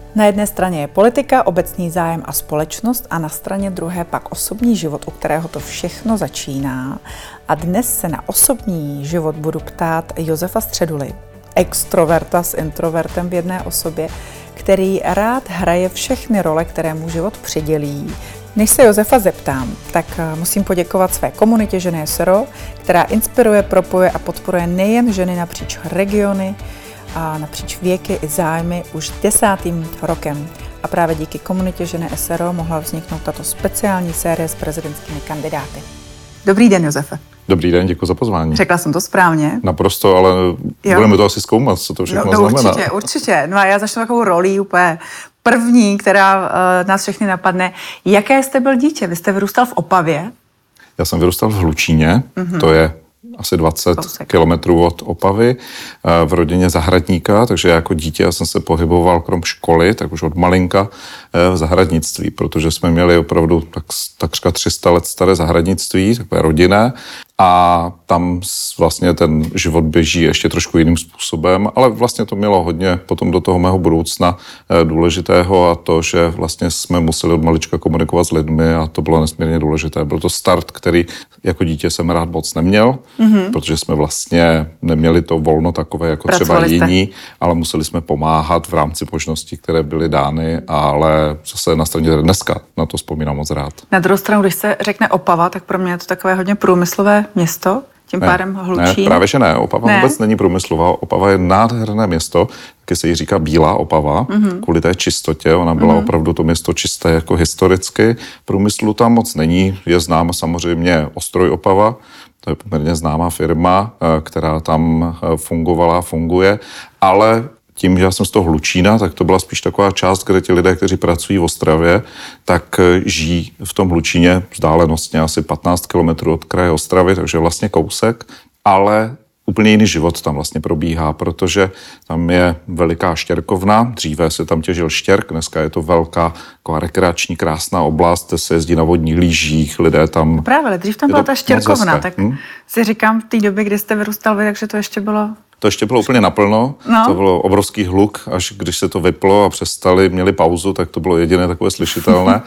Na jedné straně je politika, obecný zájem a společnost a na straně druhé pak osobní život, u kterého to všechno začíná. A dnes se na osobní život budu ptát Josefa Středuly, extroverta s introvertem v jedné osobě, který rád hraje všechny role, které mu život přidělí. Než se Josefa zeptám, tak musím poděkovat své komunitě Ženy SRO, která inspiruje, propojuje a podporuje nejen ženy napříč regiony, a napříč věky i zájmy už 10. rokem. A právě díky komunitě Ženy SRO mohla vzniknout tato speciální série s prezidentskými kandidáty. Dobrý den, Josefe. Dobrý den, děkuji za pozvání. Řekla jsem to správně? Naprosto, ale budeme to asi zkoumat, co to všechno znamená. Určitě. No a já začnu takovou rolí úplně první, která nás všechny napadne. Jaké jste byl dítě? Vy jste vyrůstal v Opavě? Já jsem vyrůstal v Hlučíně, to je asi 20 kilometrů od Opavy, v rodině zahradníka, takže jako dítě já jsem se pohyboval krom školy, tak už od malinka v zahradnictví, protože jsme měli opravdu takřka 300 let staré zahradnictví, takové rodinné, a tam vlastně ten život běží ještě trošku jiným způsobem, ale vlastně to mělo hodně potom do toho mého budoucna důležitého a to, že vlastně jsme museli od malička komunikovat s lidmi a to bylo nesmírně důležité. Byl to start, který jako dítě jsem rád moc neměl, protože jsme vlastně neměli to volno takové jako třeba jiní, ale museli jsme pomáhat v rámci možností, které byly dány, ale zase na straně dneska na to vzpomínám moc rád. Na druhou stranu, když se řekne Opava, tak pro mě je to takové hodně průmyslové město, tím pádem Hlučín. Ne, právě že ne. Opava vůbec není průmyslová. Opava je nádherné město, taky se jí říká Bílá Opava, kvůli té čistotě. Ona byla opravdu to město čisté jako historicky. Průmyslu tam moc není. Je známa samozřejmě Ostroj Opava, to je poměrně známá firma, která tam fungovala a funguje, ale tím, že já jsem z toho Hlučína, tak to byla spíš taková část, kde ti lidé, kteří pracují v Ostravě, tak žijí v tom Hlučíně vzdálenostně asi 15 kilometrů od kraje Ostravy, takže vlastně kousek, ale úplně jiný život tam vlastně probíhá, protože tam je veliká štěrkovna, dříve se tam těžil štěrk, dneska je to velká rekreační krásná oblast, kde se jezdí na vodních lyžích, lidé tam... Právě, ale dřív tam byla ta štěrkovna, tak si říkám v té době, kdy jste vyrůstal vy, takže to ještě bylo... To ještě bylo úplně naplno, to bylo obrovský hluk, až když se to vyplo a měli pauzu, tak to bylo jediné takové slyšitelné,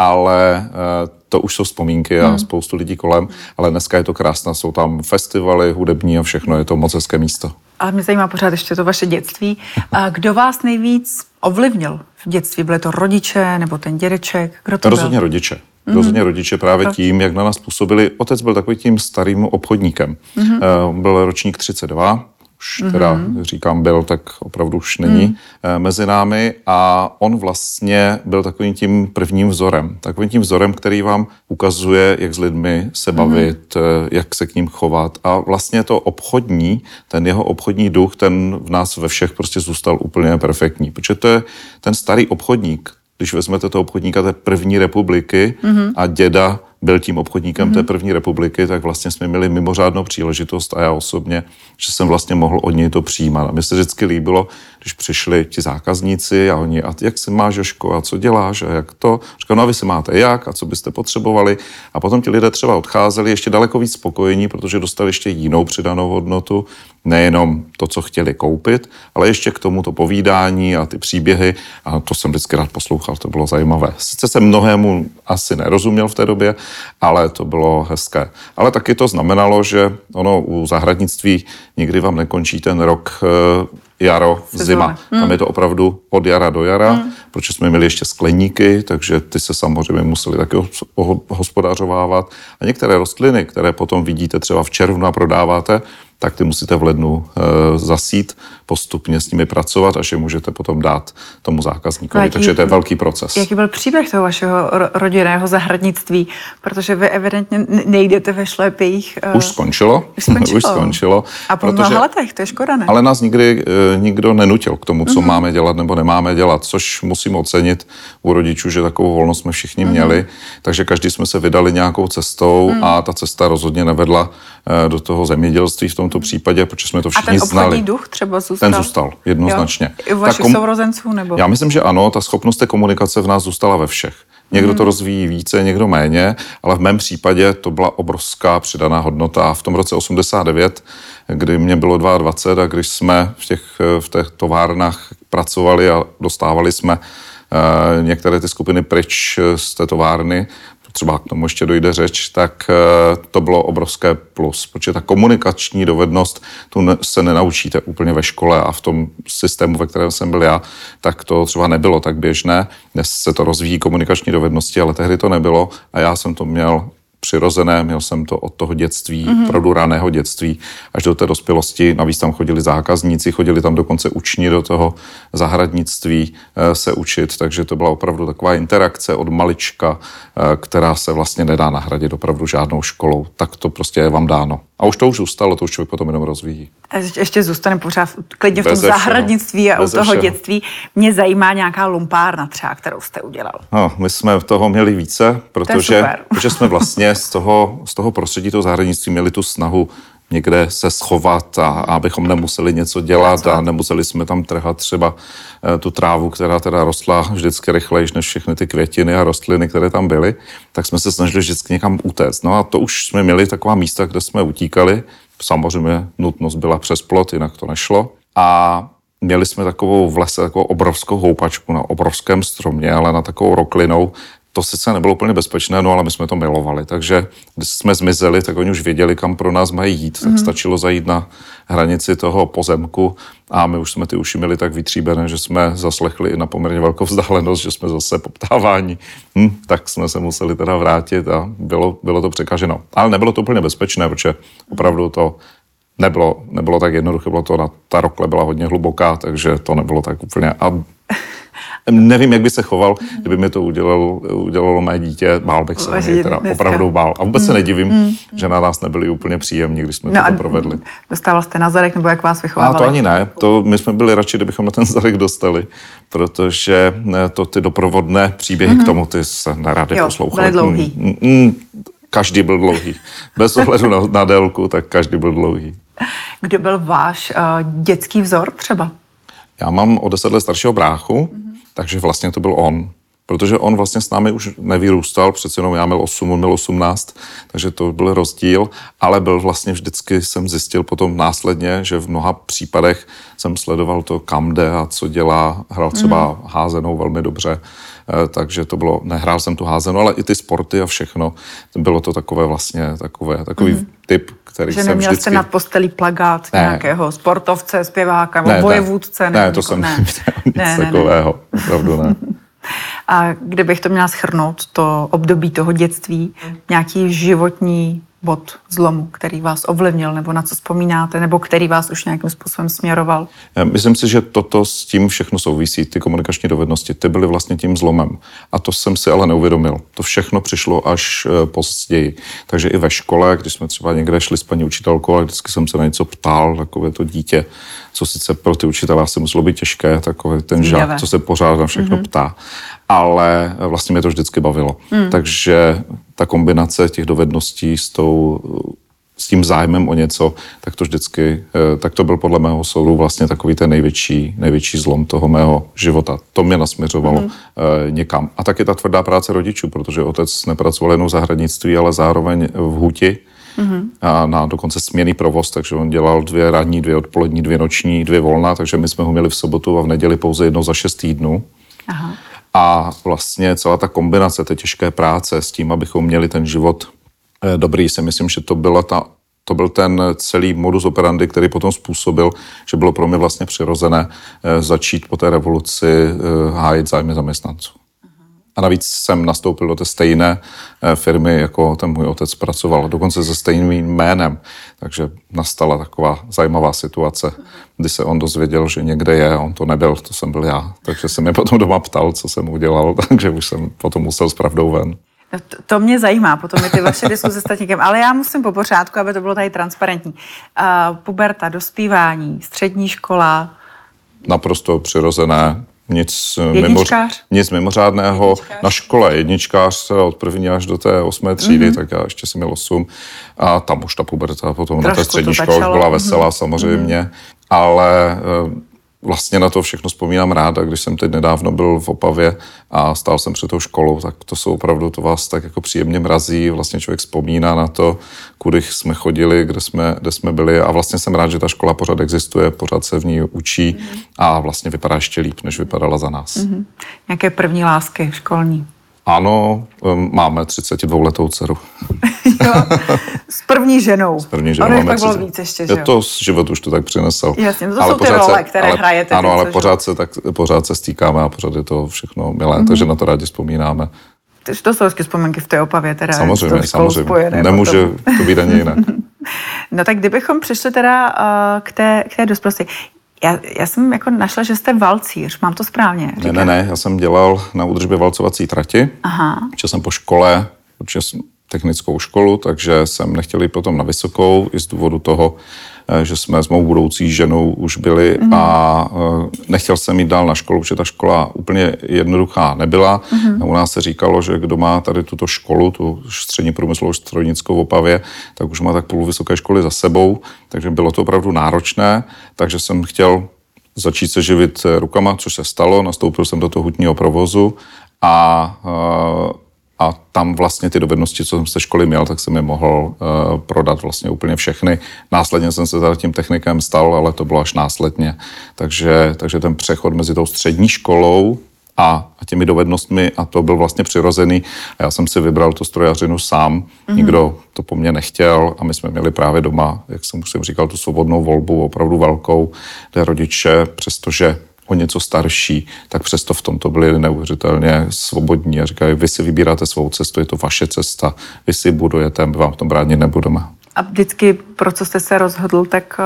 ale to už jsou vzpomínky a spoustu lidí kolem, ale dneska je to krásné, jsou tam festivaly hudební a všechno, je to moc hezké místo. Ale mě zajímá pořád ještě to vaše dětství. A kdo vás nejvíc ovlivnil v dětství? Byly to rodiče nebo ten dědeček? Kdo to byl? Rozhodně rodiče. Rozhodně rodiče právě tím, jak na nás působili. Otec byl takový tím starým obchodníkem. Byl ročník 32, už teda říkám byl, tak opravdu už není mezi námi a on vlastně byl takovým tím prvním vzorem. Takovým tím vzorem, který vám ukazuje, jak s lidmi se bavit, jak se k ním chovat a vlastně to obchodní, ten jeho obchodní duch, ten v nás ve všech prostě zůstal úplně perfektní, protože to je ten starý obchodník. Když vezmete toho obchodníka té první republiky a děda byl tím obchodníkem té první republiky, tak vlastně jsme měli mimořádnou příležitost a já osobně, že jsem vlastně mohl od něj to přijímat. A mně se vždycky líbilo, když přišli ti zákazníci a oni, a jak se máš, Jožko, a co děláš, a jak to? Říkám, no a vy se máte jak, a co byste potřebovali? A potom ti lidé třeba odcházeli ještě daleko víc spokojení, protože dostali ještě jinou přidanou hodnotu, nejenom to, co chtěli koupit, ale ještě k tomu to povídání a ty příběhy a to jsem vždycky rád poslouchal, to bylo zajímavé. Sice jsem mnohému asi nerozuměl v té době, ale to bylo hezké. Ale taky to znamenalo, že ono u zahradnictví nikdy vám nekončí ten rok jaro, zima. Tam je to opravdu od jara do jara, protože jsme měli ještě skleníky, takže ty se samozřejmě museli taky hospodařovávat. A některé rostliny, které potom vidíte třeba v červnu a prodáváte, tak ty musíte v lednu zasít, postupně s nimi pracovat, až je můžete potom dát tomu zákazníkovi. Takže to je velký proces. Jaký byl příběh toho vašeho rodinného zahradnictví? Protože vy evidentně nejdete ve šlépějích. Už skončilo. Už skončilo. A po mnoha letech, to je škoda, ne? Ale nás nikdy nikdo nenutil k tomu, co máme dělat nebo nemáme dělat, což musím ocenit u rodičů, že takovou volnost jsme všichni měli. Takže každý jsme se vydali nějakou cestou a ta cesta rozhodně nevedla do toho zemědělství v tomto případě, protože jsme to všichni znali. A ten obchodní duch třeba zůstal? Ten zůstal, jednoznačně. Jo. I u vašich sourozenců? Nebo? Já myslím, že ano, ta schopnost té komunikace v nás zůstala ve všech. Někdo to rozvíjí více, někdo méně, ale v mém případě to byla obrovská přidaná hodnota. V tom roce 89, kdy mě bylo 22 a když jsme v těch továrnách pracovali a dostávali jsme některé ty skupiny pryč z té továrny, třeba k tomu ještě dojde řeč, tak to bylo obrovské plus, protože ta komunikační dovednost, tu se nenaučíte úplně ve škole a v tom systému, ve kterém jsem byl já, tak to třeba nebylo tak běžné. Dnes se to rozvíjí komunikační dovednosti, ale tehdy to nebylo a já jsem to měl přirozené, měl jsem to od toho dětství, opravdu raného dětství, až do té dospělosti. Navíc tam chodili zákazníci, chodili tam dokonce učni do toho zahradnictví se učit, takže to byla opravdu taková interakce od malička, která se vlastně nedá nahradit opravdu žádnou školou. Tak to prostě je vám dáno. A už to už zůstalo, to už člověk potom jenom rozvíjí. Ještě zůstane pořád klidně v tom zahradnictví a u toho dětství. Mě zajímá nějaká lumpárna třeba, kterou jste udělal. No, my jsme toho měli více, protože jsme vlastně z toho prostředí toho zahradnictví měli tu snahu někde se schovat a abychom nemuseli něco dělat a nemuseli jsme tam trhat třeba tu trávu, která teda rostla vždycky rychlejš než všechny ty květiny a rostliny, které tam byly, tak jsme se snažili vždycky někam utéct. No a to už jsme měli taková místa, kde jsme utíkali. Samozřejmě nutnost byla přes plot, jinak to nešlo. A měli jsme takovou v lese takovou obrovskou houpačku na obrovském stromě, ale na takovou roklinou. To sice nebylo úplně bezpečné, no ale my jsme to milovali. Takže když jsme zmizeli, tak oni už věděli, kam pro nás mají jít. Tak stačilo zajít na hranici toho pozemku a my už jsme ty uši měli tak vytříbené, že jsme zaslechli i na poměrně velkou vzdálenost, že jsme zase poptáváni. Tak jsme se museli teda vrátit a bylo to překaženo. Ale nebylo to úplně bezpečné, protože opravdu to nebylo tak jednoduché, ta rokle byla hodně hluboká, takže to nebylo tak úplně. A nevím, jak by se choval, kdyby mi to udělalo mé dítě, bál bych se, teda opravdu bál. A vůbec se nedivím, že na nás nebyli úplně příjemní, když jsme to provedli. Dostával jste na zadek, nebo jak vás vychovávali? A to ani ne, my jsme byli radši, kdybychom na ten zadek dostali, protože ty doprovodné příběhy k tomu, ty se nerady poslouchali. Byly dlouhý. Každý byl dlouhý. Bez ohledu na délku, tak každý byl dlouhý. Kdo byl váš dětský vzor třeba? Já mám o 10 let staršího bráchu, takže vlastně to byl on. Protože on vlastně s námi už nevyrůstal, přece jenom já měl 8, on měl 18, takže to byl rozdíl, ale byl vlastně vždycky, jsem zjistil potom následně, že v mnoha případech jsem sledoval to, kam jde a co dělá, hrál třeba házenou velmi dobře, takže to bylo, nehrál jsem tu házenou, ale i ty sporty a všechno, bylo to takové vlastně, takový typ, který že jsem neměl vždycky... jste nad postelí plakát nějakého sportovce, zpěváka, vojevůdce? Ne, to jsem neměl nic takového, opravdu ne. A kdybych to měla shrnout, to období toho dětství, nějaký životní bod zlomu, který vás ovlivnil, nebo na co vzpomínáte, nebo který vás už nějakým způsobem směroval? Myslím si, že toto s tím všechno souvisí, ty komunikační dovednosti, ty byly vlastně tím zlomem. A to jsem si ale neuvědomil. To všechno přišlo až později. Takže i ve škole, když jsme třeba někde šli s paní učitelkou, a vždycky jsem se na něco ptal, takové to dítě, co sice pro ty učitelé asi muselo být těžké, takový ten žák, co se pořád na všechno ptá. Ale vlastně mě to vždycky bavilo. Takže ta kombinace těch dovedností s tím zájmem o něco, tak to byl podle mého soudu vlastně takový ten největší zlom toho mého života. To mě nasměřovalo někam. A taky ta tvrdá práce rodičů, protože otec nepracoval jenom v zahradnictví, ale zároveň v huti. A na dokonce směnný provoz, takže on dělal 2 ranní, 2 odpolední, 2 noční, 2 volna, takže my jsme ho měli v sobotu a v neděli pouze jednou za 6 týdnů. Aha. A vlastně celá ta kombinace té těžké práce s tím, abychom měli ten život dobrý, si myslím, že to byl ten celý modus operandi, který potom způsobil, že bylo pro mě vlastně přirozené začít po té revoluci hájit zájmy zaměstnanců. A navíc jsem nastoupil do té stejné firmy, jako ten můj otec pracoval, dokonce se stejným jménem. Takže nastala taková zajímavá situace, kdy se on dozvěděl, že někde je, a on to nebyl, to jsem byl já. Takže se mě potom doma ptal, co jsem udělal, takže už jsem potom musel s pravdou ven. To mě zajímá, potom je ty vaše diskuze s tatínkem, ale já musím po pořádku, aby to bylo tady transparentní. Puberta, dospívání, střední škola. Naprosto přirozené. Nic mimořádného. Jedničkář. Na škole jedničkář od 1. až do té 8. třídy, tak já ještě jsem měl 8. A tam už ta puberta potom trošku na té střední škole byla veselá samozřejmě. Ale vlastně na to všechno vzpomínám rád a když jsem teď nedávno byl v Opavě a stál jsem před tou školou, tak to jsou opravdu, to vás tak jako příjemně mrazí, vlastně člověk vzpomíná na to, kudy jsme chodili, kde jsme byli a vlastně jsem rád, že ta škola pořád existuje, pořád se v ní učí a vlastně vypadá ještě líp, než vypadala za nás. Nějaké první lásky školní? Ano, máme 32letou dceru. Jo, s první ženou. S první ženou. Ono jich pak bylo víc ještě, že jo? To život už to tak přinesl. Jasně, to jsou ty role, které hrajete. Ano, ale pořád se stýkáme a pořád je to všechno milé, takže na to rádi vzpomínáme. To jsou hezky vzpomínky v té Opavě, teda. Samozřejmě. Nemůže to být ani jinak. No tak kdybychom přišli teda k té dospělosti. Já jsem jako našla, že jste valcíř, mám to správně? Ne, já jsem dělal na údržbě valcovací trati. Že jsem po škole, protože jsem technickou školu, takže jsem nechtěl jít potom na vysokou, i z důvodu toho, že jsme s mou budoucí ženou už byli a nechtěl jsem jít dál na školu, protože ta škola úplně jednoduchá nebyla. U nás se říkalo, že kdo má tady tuto školu, tu střední průmyslovou strojnickou v Opavě, tak už má tak půl vysoké školy za sebou, takže bylo to opravdu náročné, takže jsem chtěl začít se živit rukama, což se stalo, nastoupil jsem do toho hutního provozu a tam vlastně ty dovednosti, co jsem z té školy měl, tak jsem je mohl prodat vlastně úplně všechny. Následně jsem se teda tím technikem stal, ale to bylo až následně. Takže ten přechod mezi tou střední školou a těmi dovednostmi, a to byl vlastně přirozený. A já jsem si vybral tu strojařinu sám, nikdo to po mně nechtěl a my jsme měli právě doma, jak jsem už říkal, tu svobodnou volbu, opravdu velkou, kde rodiče, přestože o něco starší, tak přesto v tomto byli neuvěřitelně svobodní a říkají, vy si vybíráte svou cestu, je to vaše cesta, vy si budujete, my vám v tom bránit nebudeme. A vždycky, pro co jste se rozhodl, tak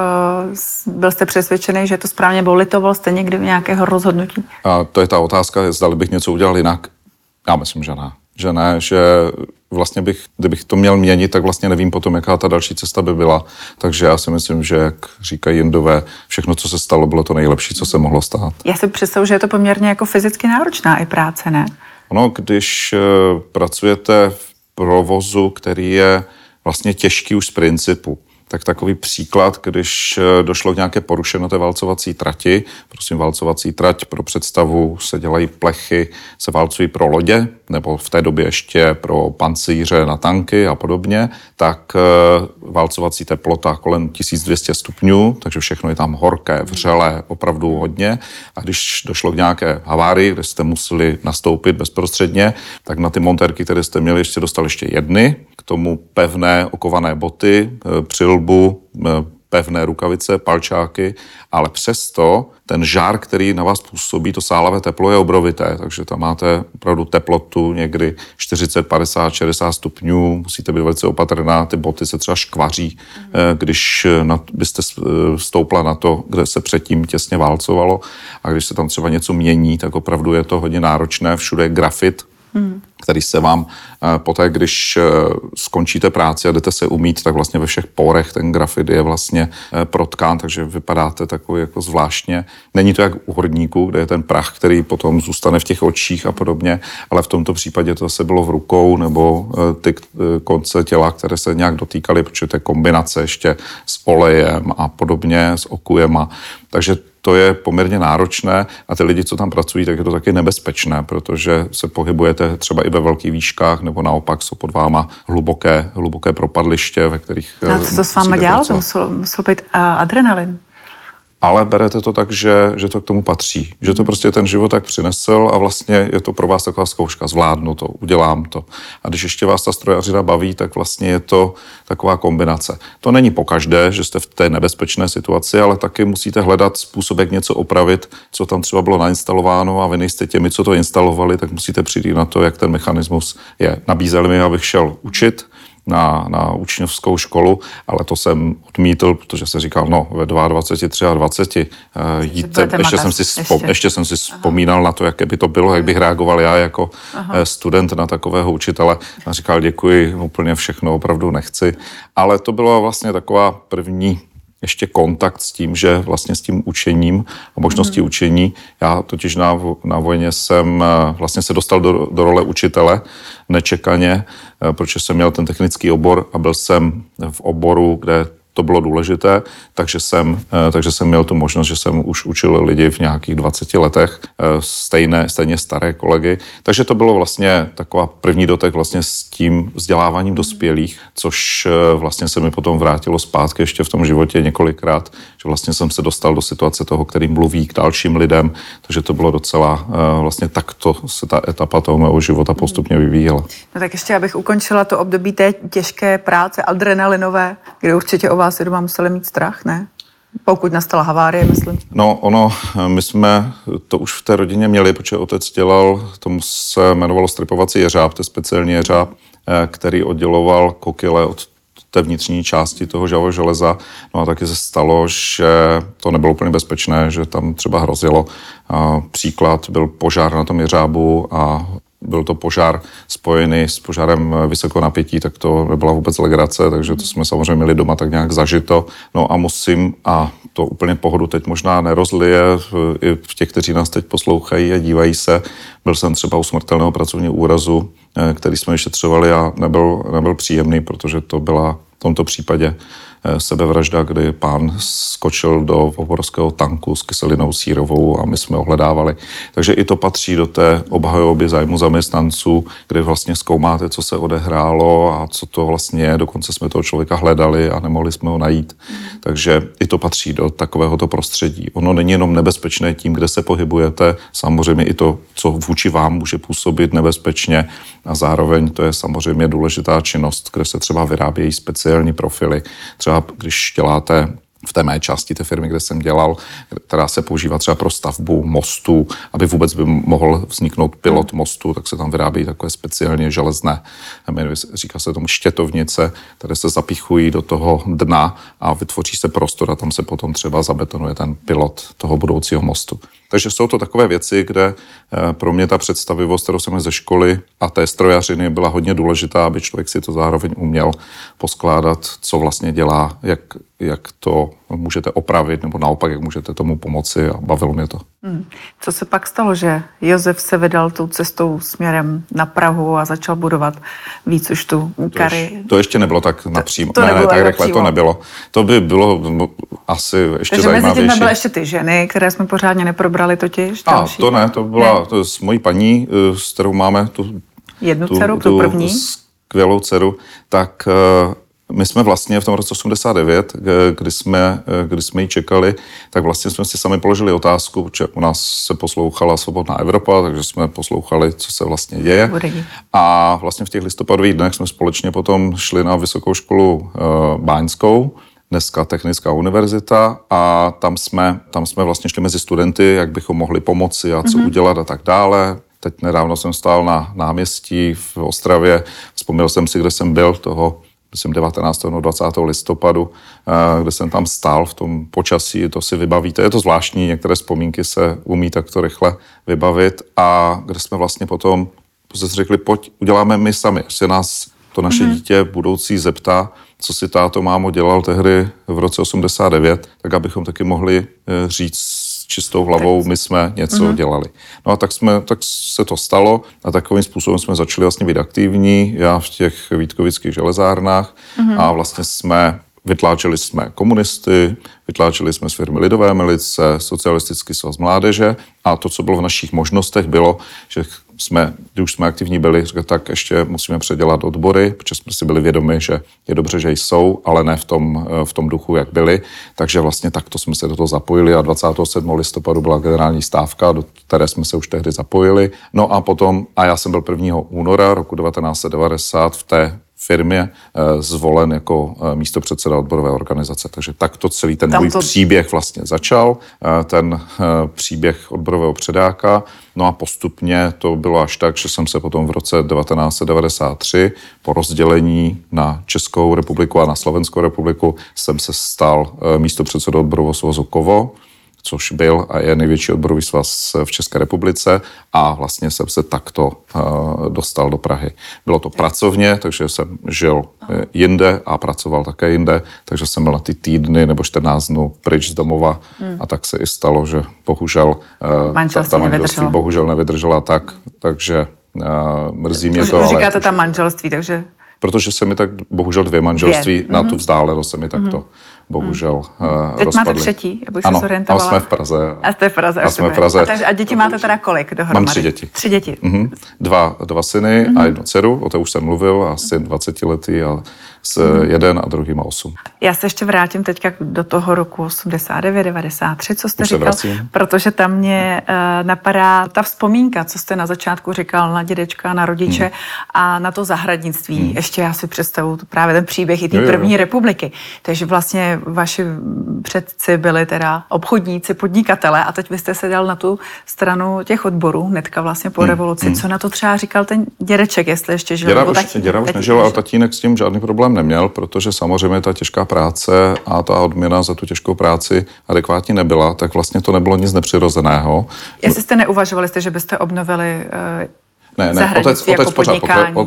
byl jste přesvědčený, že to správně bylo, litoval jste někdy nějakého rozhodnutí? A to je ta otázka, zdali bych něco udělal jinak. Já myslím, že ne. Že vlastně kdybych to měl měnit, tak vlastně nevím potom, jaká ta další cesta by byla. Takže já si myslím, že, jak říkají Jindové, všechno, co se stalo, bylo to nejlepší, co se mohlo stát. Já si představuji, že je to poměrně jako fyzicky náročná i práce, ne? Ono, když pracujete v provozu, který je vlastně těžký už z principu, tak takový příklad, když došlo k nějaké porušení té valcovací trati, prosím, valcovací trať pro představu se dělají plechy, se valcují pro lodě, nebo v té době ještě pro pancíře na tanky a podobně, tak valcovací teplota kolem 1200 stupňů, takže všechno je tam horké, vřelé, opravdu hodně. A když došlo k nějaké havárii, kde jste museli nastoupit bezprostředně, tak na ty montérky, které jste měli, ještě dostali ještě jedny, k tomu pevné okované boty, přilbu, pevné rukavice, palčáky, ale přesto ten žár, který na vás působí, to sálavé teplo je obrovité, takže tam máte opravdu teplotu někdy 40, 50, 60 stupňů, musíte být velice opatrná, ty boty se třeba škvaří, když byste stoupla na to, kde se předtím těsně válcovalo a když se tam třeba něco mění, tak opravdu je to hodně náročné, všude je grafit, který se vám poté, když skončíte práci a jdete se umýt, tak vlastně ve všech pórech ten grafit je vlastně protkán, takže vypadáte takový jako zvláštně. Není to jak u horníků, kde je ten prach, který potom zůstane v těch očích a podobně, ale v tomto případě to zase bylo v rukou nebo ty konce těla, které se nějak dotýkaly, protože to je kombinace ještě s olejem a podobně, s okujema. Takže to je poměrně náročné a ty lidi, co tam pracují, tak je to taky nebezpečné, protože se pohybujete třeba i ve velkých výškách nebo naopak jsou pod váma hluboké propadliště, ve kterých a co to s váma dělalo? To musel být adrenalin. Ale berete to tak, že to k tomu patří. Že to prostě ten život tak přinesl a vlastně je to pro vás taková zkouška. Zvládnu to, udělám to. A když ještě vás ta strojařina baví, tak vlastně je to taková kombinace. To není pokaždé, že jste v té nebezpečné situaci, ale taky musíte hledat způsob, jak něco opravit, co tam třeba bylo nainstalováno a vy nejste těmi, co to instalovali, tak musíte přijít na to, jak ten mechanismus je. Nabízeli mi, abych šel učit na učňovskou školu, ale to jsem odmítl, protože jsem říkal, no ve 22, 23, ještě jsem si vzpomínal na to, jaké by to bylo, jak bych reagoval já jako student na takového učitele. A říkal, děkuji, úplně všechno opravdu nechci. Ale to byla vlastně taková první ještě kontakt s tím, že vlastně s tím učením a možností učení. Já totiž na vojně jsem vlastně se dostal do role učitele nečekaně, protože jsem měl ten technický obor a byl jsem v oboru, kde to bylo důležité, takže jsem měl tu možnost, že jsem už učil lidi v nějakých 20 letech, stejně staré kolegy, takže to bylo vlastně taková první dotek vlastně s tím vzděláváním dospělých, což vlastně se mi potom vrátilo zpátky ještě v tom životě několikrát, že vlastně jsem se dostal do situace toho, který mluví k dalším lidem, takže to bylo docela vlastně takto se ta etapa toho mého života postupně vyvíjela. No tak ještě, abych ukončila to období té těžké práce, adrenalinové, kde určitě o vás doma museli mít strach, ne? Pokud nastala havárie, myslím. No, my jsme to už v té rodině měli, protože otec dělal, tomu se jmenovalo stripovací jeřáb, to je speciální jeřáb, který odděloval kokyle od té vnitřní části toho železa. No a taky se stalo, že to nebylo úplně bezpečné, že tam třeba hrozilo. Příklad byl požár na tom jeřábu a byl to požár spojený s požárem vysokonapětí, tak to nebyla vůbec legrace, takže to jsme samozřejmě měli doma tak nějak zažito. No a to úplně pohodu teď možná nerozlije i v těch, kteří nás teď poslouchají a dívají se. Byl jsem třeba u smrtelného pracovního úrazu, který jsme vyšetřovali a nebyl příjemný, protože to byla v tomto případě sebevražda, kdy pán skočil do obrovského tanku s kyselinou sírovou a my jsme ho hledávali. Takže i to patří do té obhajoby zájmu zaměstnanců, kde vlastně zkoumáte, co se odehrálo a co to vlastně je. Dokonce jsme toho člověka hledali a nemohli jsme ho najít. Takže i to patří do takovéhoto prostředí. Ono není jenom nebezpečné tím, kde se pohybujete, samozřejmě i to, co vůči vám může působit nebezpečně a zároveň to je samozřejmě důležitá činnost, kde se třeba vyrábějí speciální profily. Třeba když děláte v té mé části té firmy, kde jsem dělal, která se používá třeba pro stavbu mostu, aby vůbec by mohl vzniknout pilot mostu, tak se tam vyrábí takové speciálně železné, říká se tomu štětovnice, které se zapichují do toho dna a vytvoří se prostor a tam se potom třeba zabetonuje ten pilot toho budoucího mostu. Takže jsou to takové věci, kde pro mě ta představivost, kterou jsem ze školy a té strojařiny byla hodně důležitá, aby člověk si to zároveň uměl poskládat, co vlastně dělá, jak to můžete opravit, nebo naopak, jak můžete tomu pomoci a bavilo mě to. Co se pak stalo, že Josef se vydal tou cestou směrem na Prahu a začal budovat víc už tu kary? To ještě nebylo tak napřímo. Ne, tak rychle to nebylo. To by bylo asi ještě zajímavější. Takže mezi tím byly ještě ty ženy, které jsme pořádně neprobrali totiž. To ne, to byla to s mojí paní, s kterou máme jednu dceru, tu první. Skvělou dceru, tak my jsme vlastně v tom roce 89, kdy jsme ji čekali, tak vlastně jsme si sami položili otázku, protože u nás se poslouchala Svobodná Evropa, takže jsme poslouchali, co se vlastně děje. A vlastně v těch listopadových dnech jsme společně potom šli na Vysokou školu báňskou, dneska Technická univerzita, a tam jsme vlastně šli mezi studenty, jak bychom mohli pomoci a co udělat a tak dále. Teď nedávno jsem stál na náměstí v Ostravě, vzpomněl jsem si, kde jsem byl toho, myslím 19. nebo 20. listopadu, kde jsem tam stál v tom počasí, to si vybavíte, je to zvláštní, některé vzpomínky se umí takto rychle vybavit a kde jsme vlastně potom si řekli, pojď, uděláme my sami, až se nás to naše dítě budoucí zeptá, co si táto mámo dělal tehdy v roce 89, tak abychom taky mohli říct čistou hlavou, my jsme něco dělali. No a tak se to stalo a takovým způsobem jsme začali vlastně být aktivní, já v těch vítkovických železárnách a vlastně vytláčeli jsme komunisty, vytláčeli jsme z firmy Lidové milice, Socialistický svaz mládeže a to, co bylo v našich možnostech, bylo, že když už jsme aktivní byli, tak ještě musíme předělat odbory, protože jsme si byli vědomi, že je dobře, že jsou, ale ne v tom duchu, jak byli. Takže vlastně takto jsme se do toho zapojili a 27. listopadu byla generální stávka, do které jsme se už tehdy zapojili. No a potom, a já jsem byl 1. února roku 1990 v té firmě zvolen jako místopředseda odborové organizace. Takže takto celý ten můj příběh vlastně začal, ten příběh odborového předáka. No a postupně to bylo až tak, že jsem se potom v roce 1993 po rozdělení na Českou republiku a na Slovenskou republiku jsem se stal místopředsedou odborového svazu KOVO, což byl a je největší odborový svaz v České republice a vlastně jsem se takto dostal do Prahy. Bylo to pracovně, takže jsem žil jinde a pracoval také jinde, takže jsem byl na ty týdny nebo 14 dnů pryč z domova a tak se i stalo, že bohužel ta manželství bohužel nevydržela takže mrzí mě to. Říkáte tam manželství, takže Protože se mi tak, bohužel 2 manželství na tu vzdálenost se mi takto bohužel Teď rozpadly. máte třetí, abych Ano, se zorientovala. a jsme v Praze. A jste v Praze. jsme v Praze. A děti máte teda kolik dohromady? Mám 3 děti. 3 děti. Dva syny a 1 dceru, o té už jsem mluvil, a syn 20letý a 1 a druhý má 8. Já se ještě vrátím teďka do toho roku 89, 93, co jste Už se říkal, vracím. protože tam mě napadá ta vzpomínka, co jste na začátku říkal na dědečka, na rodiče a na to zahradnictví. Ještě já si představuju právě ten příběh i té první republiky. Takže vlastně vaši předci byli teda obchodníci, podnikatelé a teď vy jste se dal na tu stranu těch odborů, hnedka vlastně po revoluci. Co na to třeba říkal ten dědeček, jestli ještě žil? Děda už nežil, ale tatínek s tím žádný problém neměl, protože samozřejmě ta těžká práce a ta odměna za tu těžkou práci adekvátně nebyla, tak vlastně to nebylo nic nepřirozeného. Jestli jste neuvažovali, že byste obnovili Ne, otec pořád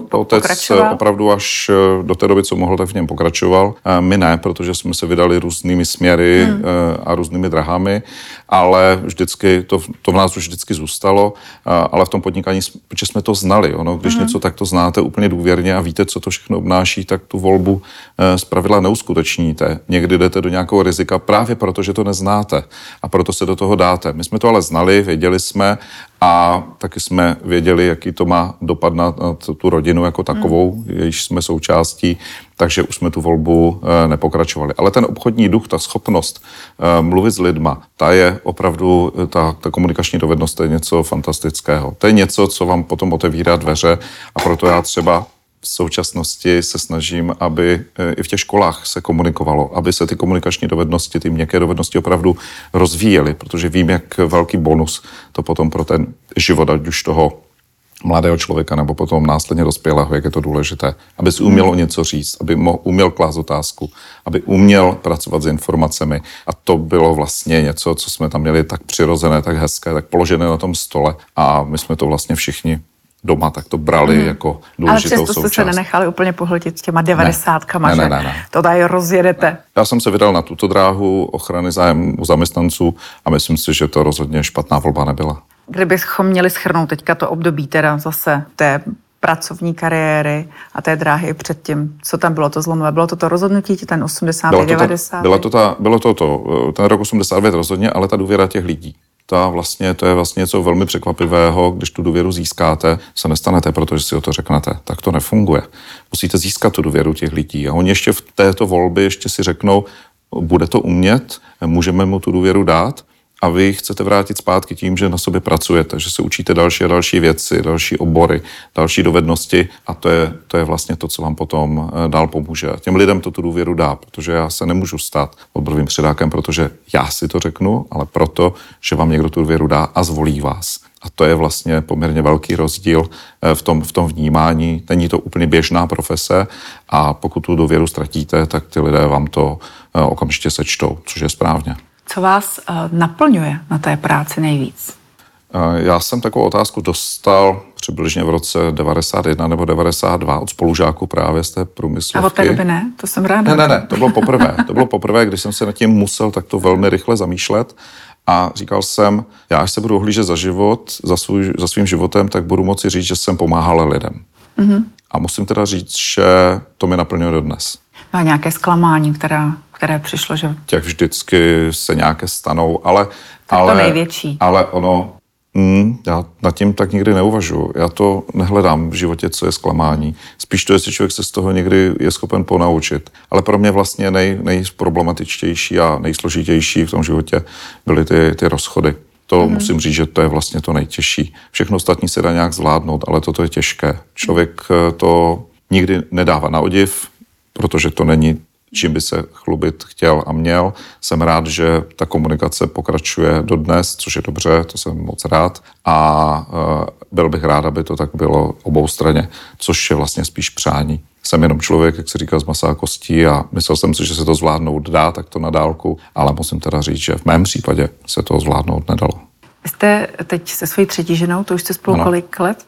otec opravdu až do té doby, co mohl, tak v něm pokračoval. My ne, protože jsme se vydali různými směry a různými drahami, ale vždycky, to v nás už vždycky zůstalo, ale v tom podnikání, protože jsme to znali, když něco takto znáte úplně důvěrně a víte, co to všechno obnáší, tak tu volbu zpravidla neuskutečníte. Někdy jdete do nějakého rizika právě proto, že to neznáte a proto se do toho dáte. My jsme to ale znali, věděli jsme a taky jsme věděli, jaký to má dopad na tu rodinu jako takovou, jejíž jsme součástí, takže už jsme tu volbu nepokračovali. Ale ten obchodní duch, ta schopnost mluvit s lidma, ta je opravdu, ta komunikační dovednost, to je něco fantastického. To je něco, co vám potom otevírá dveře a proto já třeba v současnosti se snažím, aby i v těch školách se komunikovalo, aby se ty komunikační dovednosti, ty měkké dovednosti opravdu rozvíjely, protože vím, jak velký bonus to potom pro ten život, ať už toho mladého člověka nebo potom následně dospělého, jak je to důležité, aby si uměl něco říct, aby uměl klást otázku, aby uměl pracovat s informacemi. A to bylo vlastně něco, co jsme tam měli tak přirozené, tak hezké, tak položené na tom stole a my jsme to vlastně všichni doma tak to brali jako důležitou součást. Ale přesto jste se nenechali úplně pohltit těma 90kama, ne. To tady rozjedete. Já jsem se vydal na tuto dráhu ochrany zájmu zaměstnanců a myslím si, že to rozhodně špatná volba nebyla. Kdybychom měli shrnout teďka to období teda zase té pracovní kariéry a té dráhy předtím, co tam bylo to zlomové? Bylo to rozhodnutí, ten 80, 90? Bylo to ten rok 89 rozhodně, ale ta důvěra těch lidí. To je vlastně něco velmi překvapivého, když tu důvěru získáte, se nestanete, protože si o to řeknete. Tak to nefunguje. Musíte získat tu důvěru těch lidí. A oni ještě v této volbě ještě si řeknou, bude to umět, můžeme mu tu důvěru dát a vy chcete vrátit zpátky tím, že na sobě pracujete, že se učíte další a další věci, další obory, další dovednosti a to je vlastně to, co vám potom dál pomůže. Těm lidem to tu důvěru dá, protože já se nemůžu stát odborovým předákem, protože já si to řeknu, ale proto, že vám někdo tu důvěru dá a zvolí vás. A to je vlastně poměrně velký rozdíl v tom vnímání. Není to úplně běžná profese a pokud tu důvěru ztratíte, tak ty lidé vám to okamžitě sečtou, což je správně. Co vás naplňuje na té práci nejvíc? Já jsem takovou otázku dostal přibližně v roce 91 nebo 92 od spolužáků právě z té průmyslovky. A od té doby ne? To jsem ráda. Ne, to bylo poprvé. To bylo poprvé, když jsem se nad tím musel takto velmi rychle zamýšlet a říkal jsem, já až se budu ohlížet za svým životem, tak budu moci říct, že jsem pomáhal lidem. Mm-hmm. A musím teda říct, že to mi naplňuje dodnes. No a nějaké zklamání, které přišlo, že... Těch vždycky se nějaké stanou, ale to největší. Ale já nad tím tak nikdy neuvažuji. Já to nehledám v životě, co je zklamání. Spíš to, jestli člověk se z toho někdy je schopen ponaučit. Ale pro mě vlastně nejproblematičtější a nejsložitější v tom životě byly ty rozchody. To musím říct, že to je vlastně to nejtěžší. Všechno ostatní se dá nějak zvládnout, ale toto je těžké. Člověk to nikdy nedává na odiv, protože to není, čím by se chlubit chtěl a měl. Jsem rád, že ta komunikace pokračuje dodnes, což je dobře, to jsem moc rád. A byl bych rád, aby to tak bylo oboustranně, což je vlastně spíš přání. Jsem jenom člověk, jak se říká, z masa a kostí a myslel jsem si, že se to zvládnout dá, tak to na dálku, ale musím teda říct, že v mém případě se to zvládnout nedalo. Vy jste teď se svojí třetí ženou, to už jste spolu kolik let?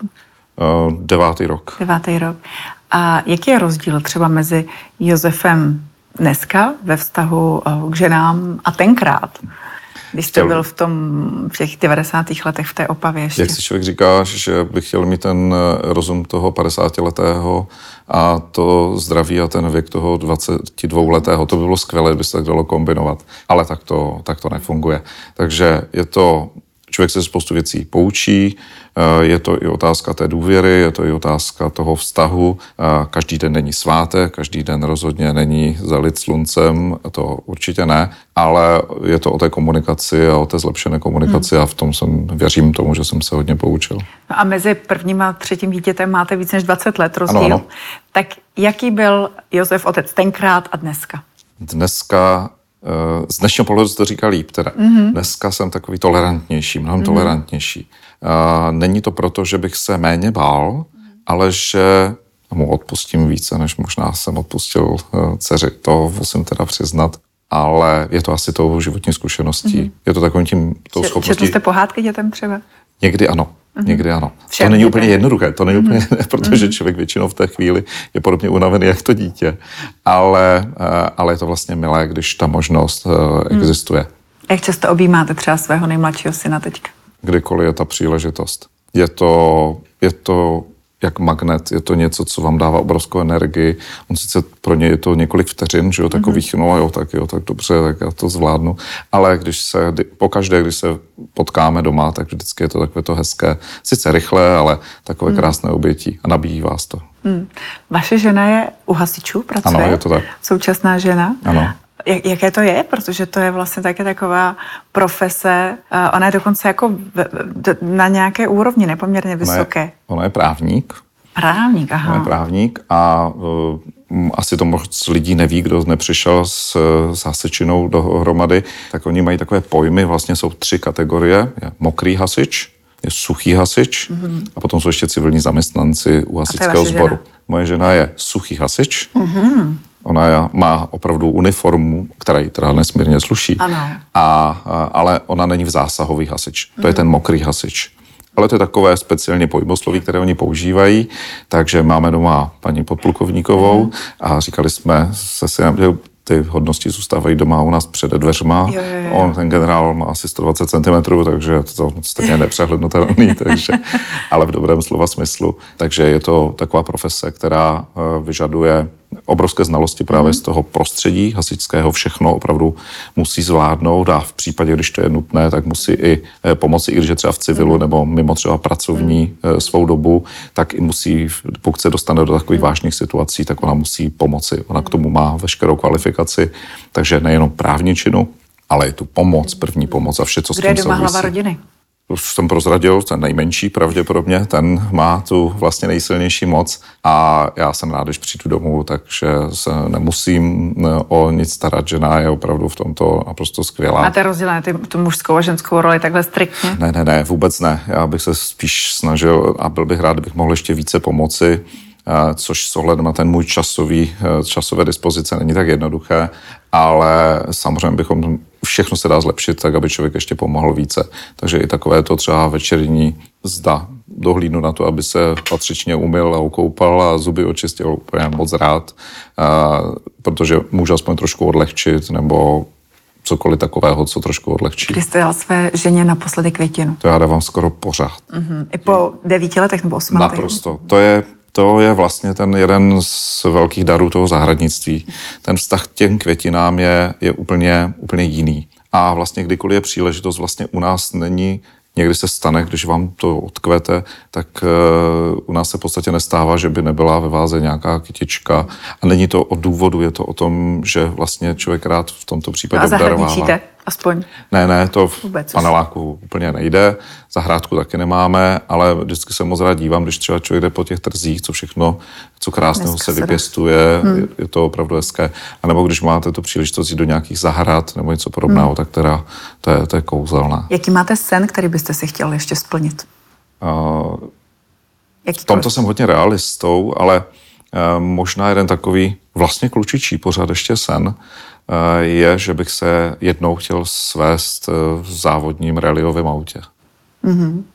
9. rok. 9. rok. A jaký je rozdíl třeba mezi Josefem dneska ve vztahu k ženám a tenkrát? když jste byl v těch 90. letech v té Opavě ještě? Jak si člověk říká, že bych chtěl mít ten rozum toho 50letého a to zdraví a ten věk toho 22letého, to by bylo skvělé, kdyby se tak dalo kombinovat, ale tak to nefunguje. Takže je to, člověk se spoustu věcí poučí, je to i otázka té důvěry, je to i otázka toho vztahu. Každý den není svátek, každý den rozhodně není zalit sluncem, to určitě ne, ale je to o té komunikaci a o té zlepšené komunikaci a v tom věřím tomu, že jsem se hodně poučil. No a mezi prvním a třetím dítětem máte víc než 20 let rozdíl. Ano. Tak jaký byl Josef otec tenkrát a dneska? Dneska z dnešního pohledu to říká líp teda. Dneska jsem takový tolerantnější, mnohem tolerantnější. Není to proto, že bych se méně bál, ale že mu odpustím více, než možná jsem odpustil dceři. To musím teda přiznat. Ale je to asi tou životní zkušeností. Je to takovým tím, tou schopností. Četl jste pohádky dětem třeba? Někdy ano. Někdy ano. Všem to není dětem. úplně jednoduché, to není úplně, protože člověk většinou v té chvíli je podobně unavený jak to dítě. Ale je to vlastně milé, když ta možnost existuje. Jak často objímáte třeba svého nejmladšího syna teďka? Kdykoliv je ta příležitost. Je to jak magnet, je to něco, co vám dává obrovskou energii. On sice pro něj je to několik vteřin, že jo, takových, no tak dobře, tak já to zvládnu. Ale pokaždé, když se potkáme doma, tak vždycky je to takové to hezké, sice rychlé, ale takové krásné obětí a nabíjí vás to. Vaše žena je u hasičů, pracuje? Ano, je to tak. Současná žena? Ano. Jaké to je? Protože to je vlastně také taková profese, ona je dokonce jako na nějaké úrovni, nepoměrně vysoké. Ona je právník. Právník, aha. Ona je právník a asi to moc lidí neví, kdo nepřišel s hasičinou dohromady, tak oni mají takové pojmy, vlastně jsou 3 kategorie. Je mokrý hasič, je suchý hasič a potom jsou ještě civilní zaměstnanci u hasičského sboru. Moje žena je suchý hasič. Ona má opravdu uniformu, která jí teda nesmírně sluší, ale ona není v zásahový hasič. To je ten mokrý hasič. Ale to je takové speciálně pojmosloví, které oni používají, takže máme doma paní podplukovníkovou a říkali jsme se synem, že ty hodnosti zůstávají doma u nás před dveřma. Jo. On, ten generál, má asi 120 cm, takže to stejně nepřehlednutelný, ale v dobrém slova smyslu. Takže je to taková profese, která vyžaduje obrovské znalosti právě z toho prostředí hasičského, všechno opravdu musí zvládnout a v případě, když to je nutné, tak musí i pomoci, i když je třeba v civilu nebo mimo třeba pracovní svou dobu, tak i musí, pokud se dostane do takových vážných situací, tak ona musí pomoci. Ona k tomu má veškerou kvalifikaci, takže nejenom právničinu, ale i tu pomoc, první pomoc a vše, co s tím souvisí. Kdo je doma hlava rodiny? Už jsem prozradil, ten nejmenší pravděpodobně, ten má tu vlastně nejsilnější moc a já jsem rád, když přijdu domů, takže se nemusím o nic starat, žena je opravdu v tomto naprosto skvělá. Máte rozdělené tu mužskou a ženskou roli takhle striktně? Ne, vůbec ne. Já bych se spíš snažil a byl bych rád, kdybych mohl ještě více pomoci, což s ohledem na ten můj časové dispozice není tak jednoduché, ale samozřejmě všechno se dá zlepšit tak, aby člověk ještě pomohl více. Takže i takové to třeba večerní dohlídnu na to, aby se patřičně umyl a ukoupal a zuby očistil, úplně moc rád, protože můžu aspoň trošku odlehčit nebo cokoliv takového, co trošku odlehčí. Kdy jste dal své ženě naposledy květinu? To já dávám skoro pořád. I po 9 letech nebo 8 letech? Naprosto. To je vlastně ten jeden z velkých darů toho zahradnictví. Ten vztah k těm květinám je úplně jiný. A vlastně kdykoliv je příležitost, vlastně u nás není, někdy se stane, když vám to odkvete, tak u nás se v podstatě nestává, že by nebyla ve váze nějaká kytička. A není to o důvodu, je to o tom, že vlastně člověk rád v tomto případě obdarovává. A zahradničíte aspoň? Ne, to v paneláku úplně nejde. Zahrádku taky nemáme, ale vždycky se moc rád dívám, když třeba člověk jde po těch trzích, co krásného se vypěstuje, je to opravdu hezké. A nebo když máte tu příležitost jít do nějakých zahrad nebo něco podobného, tak teda to je kouzelné. Jaký máte sen, který byste si chtěl ještě splnit? V tomto jsem hodně realistou, ale možná jeden takový vlastně klučičí pořád ještě sen, je, že bych se jednou chtěl svést v závodním rallyovém autě.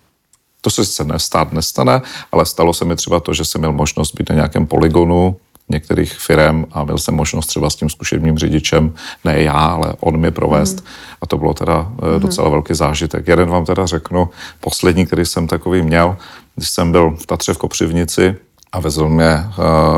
To se sice nestane, ale stalo se mi třeba to, že jsem měl možnost být na nějakém polygonu některých firem a měl jsem možnost třeba s tím zkušebním řidičem, ne já, ale on mi provést. A to bylo teda docela velký zážitek. Jeden vám teda řeknu, poslední, který jsem takový měl, když jsem byl v Tatře v Kopřivnici a vezl mě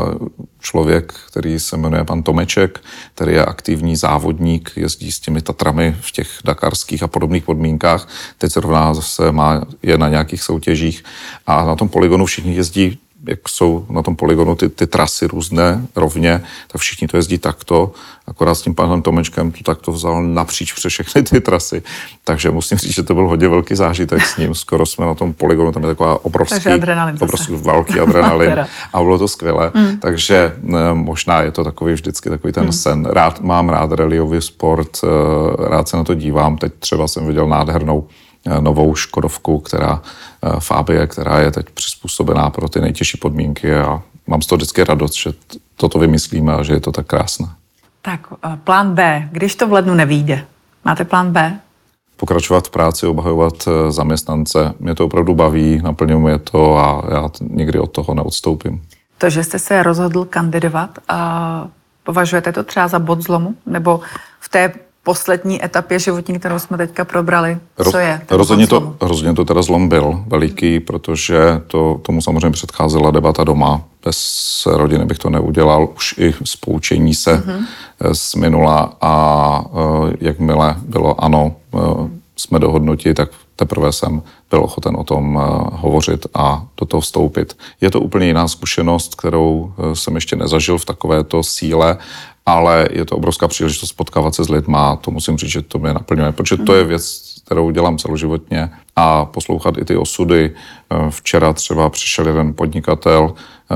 člověk, který se jmenuje pan Tomeček, který je aktivní závodník, jezdí s těmi Tatrami v těch dakarských a podobných podmínkách. Teď zrovna zase je na nějakých soutěžích a na tom poligonu všichni jezdí, jak jsou na tom poligonu ty trasy různé rovně, tak všichni to jezdí takto. Akorát s tím panem Tomečkem to takto vzal napříč přes všechny ty trasy. Takže musím říct, že to byl hodně velký zážitek s ním. Skoro jsme na tom poligonu, tam je taková obrovský velký adrenalin a bylo to skvělé. Takže možná je to takový vždycky takový ten sen. Mám rád rallyový sport, rád se na to dívám. Teď třeba jsem viděl nádhernou novou Škodovku, Fabie, která je teď přizpůsobená pro ty nejtěžší podmínky a mám z toho vždycky radost, že toto vymyslíme a že je to tak krásné. Tak plán B, když to v lednu nevyjde, máte plán B? Pokračovat v práci, obhajovat zaměstnance. Mě to opravdu baví, naplňuje mě to a já nikdy od toho neodstoupím. To, že jste se rozhodl kandidovat, považujete to třeba za bod zlomu? Nebo v té poslední etapě životní, kterou jsme teďka probrali, co je? Rozhodně to teda zlom byl veliký, protože tomu samozřejmě předcházela debata doma. Bez rodiny bych to neudělal, už i spoučení se z minula a jakmile bylo ano, jsme dohodnuti, tak teprve jsem byl ochoten o tom hovořit a do toho vstoupit. Je to úplně jiná zkušenost, kterou jsem ještě nezažil v takovéto síle, ale je to obrovská příležitost potkávat se s lidma. To musím říct, že to mě naplňuje, protože to je věc, kterou dělám celoživotně a poslouchat i ty osudy. Včera třeba přišel jeden podnikatel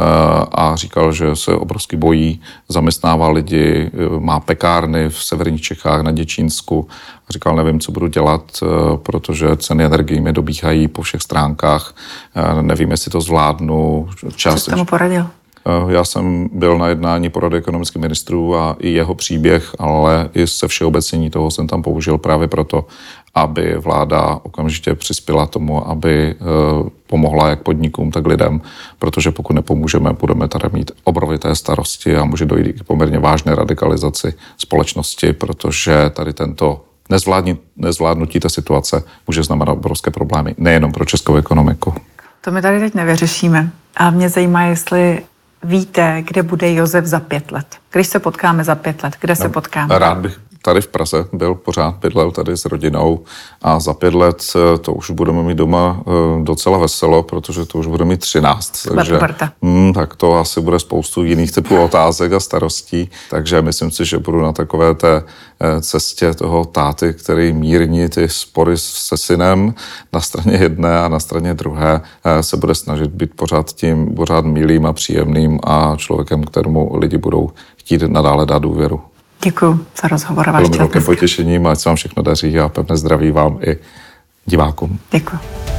a říkal, že se obrovsky bojí, zaměstnává lidi, má pekárny v severních Čechách na Děčínsku. Říkal, nevím, co budu dělat, protože ceny energií mě dobíhají po všech stránkách. Nevím, jestli to zvládnu. Co jste mu poradil? Já jsem byl na jednání porady ekonomických ministrů a i jeho příběh, ale i se všeobecnění toho jsem tam použil právě proto, aby vláda okamžitě přispěla tomu, aby pomohla jak podnikům, tak lidem, protože pokud nepomůžeme, budeme tady mít obrovité starosti a může dojít k poměrně vážné radikalizaci společnosti, protože tady tento nezvládnutí té situace může znamenat obrovské problémy, nejenom pro českou ekonomiku. To my tady teď nevyřešíme. A mě zajímá, jestli víte, kde bude Josef za 5 let. Když se potkáme za 5 let, kde se potkáme? Rád bych tady v Praze byl pořád, bydlel tady s rodinou a za 5 let to už budeme mít doma docela veselo, protože to už bude mít 13. Takže, tak to asi bude spoustu jiných typů otázek a starostí. Takže myslím si, že budu na takové té cestě toho táty, který mírní ty spory se synem na straně jedné a na straně druhé se bude snažit být pořád milým a příjemným a člověkem, kterému lidi budou chtít nadále dát důvěru. Děkuji za rozhovor a váš čas. Bylo mi velkým potěšením, ať se vám všechno daří a pevné zdraví vám i divákům. Děkuji.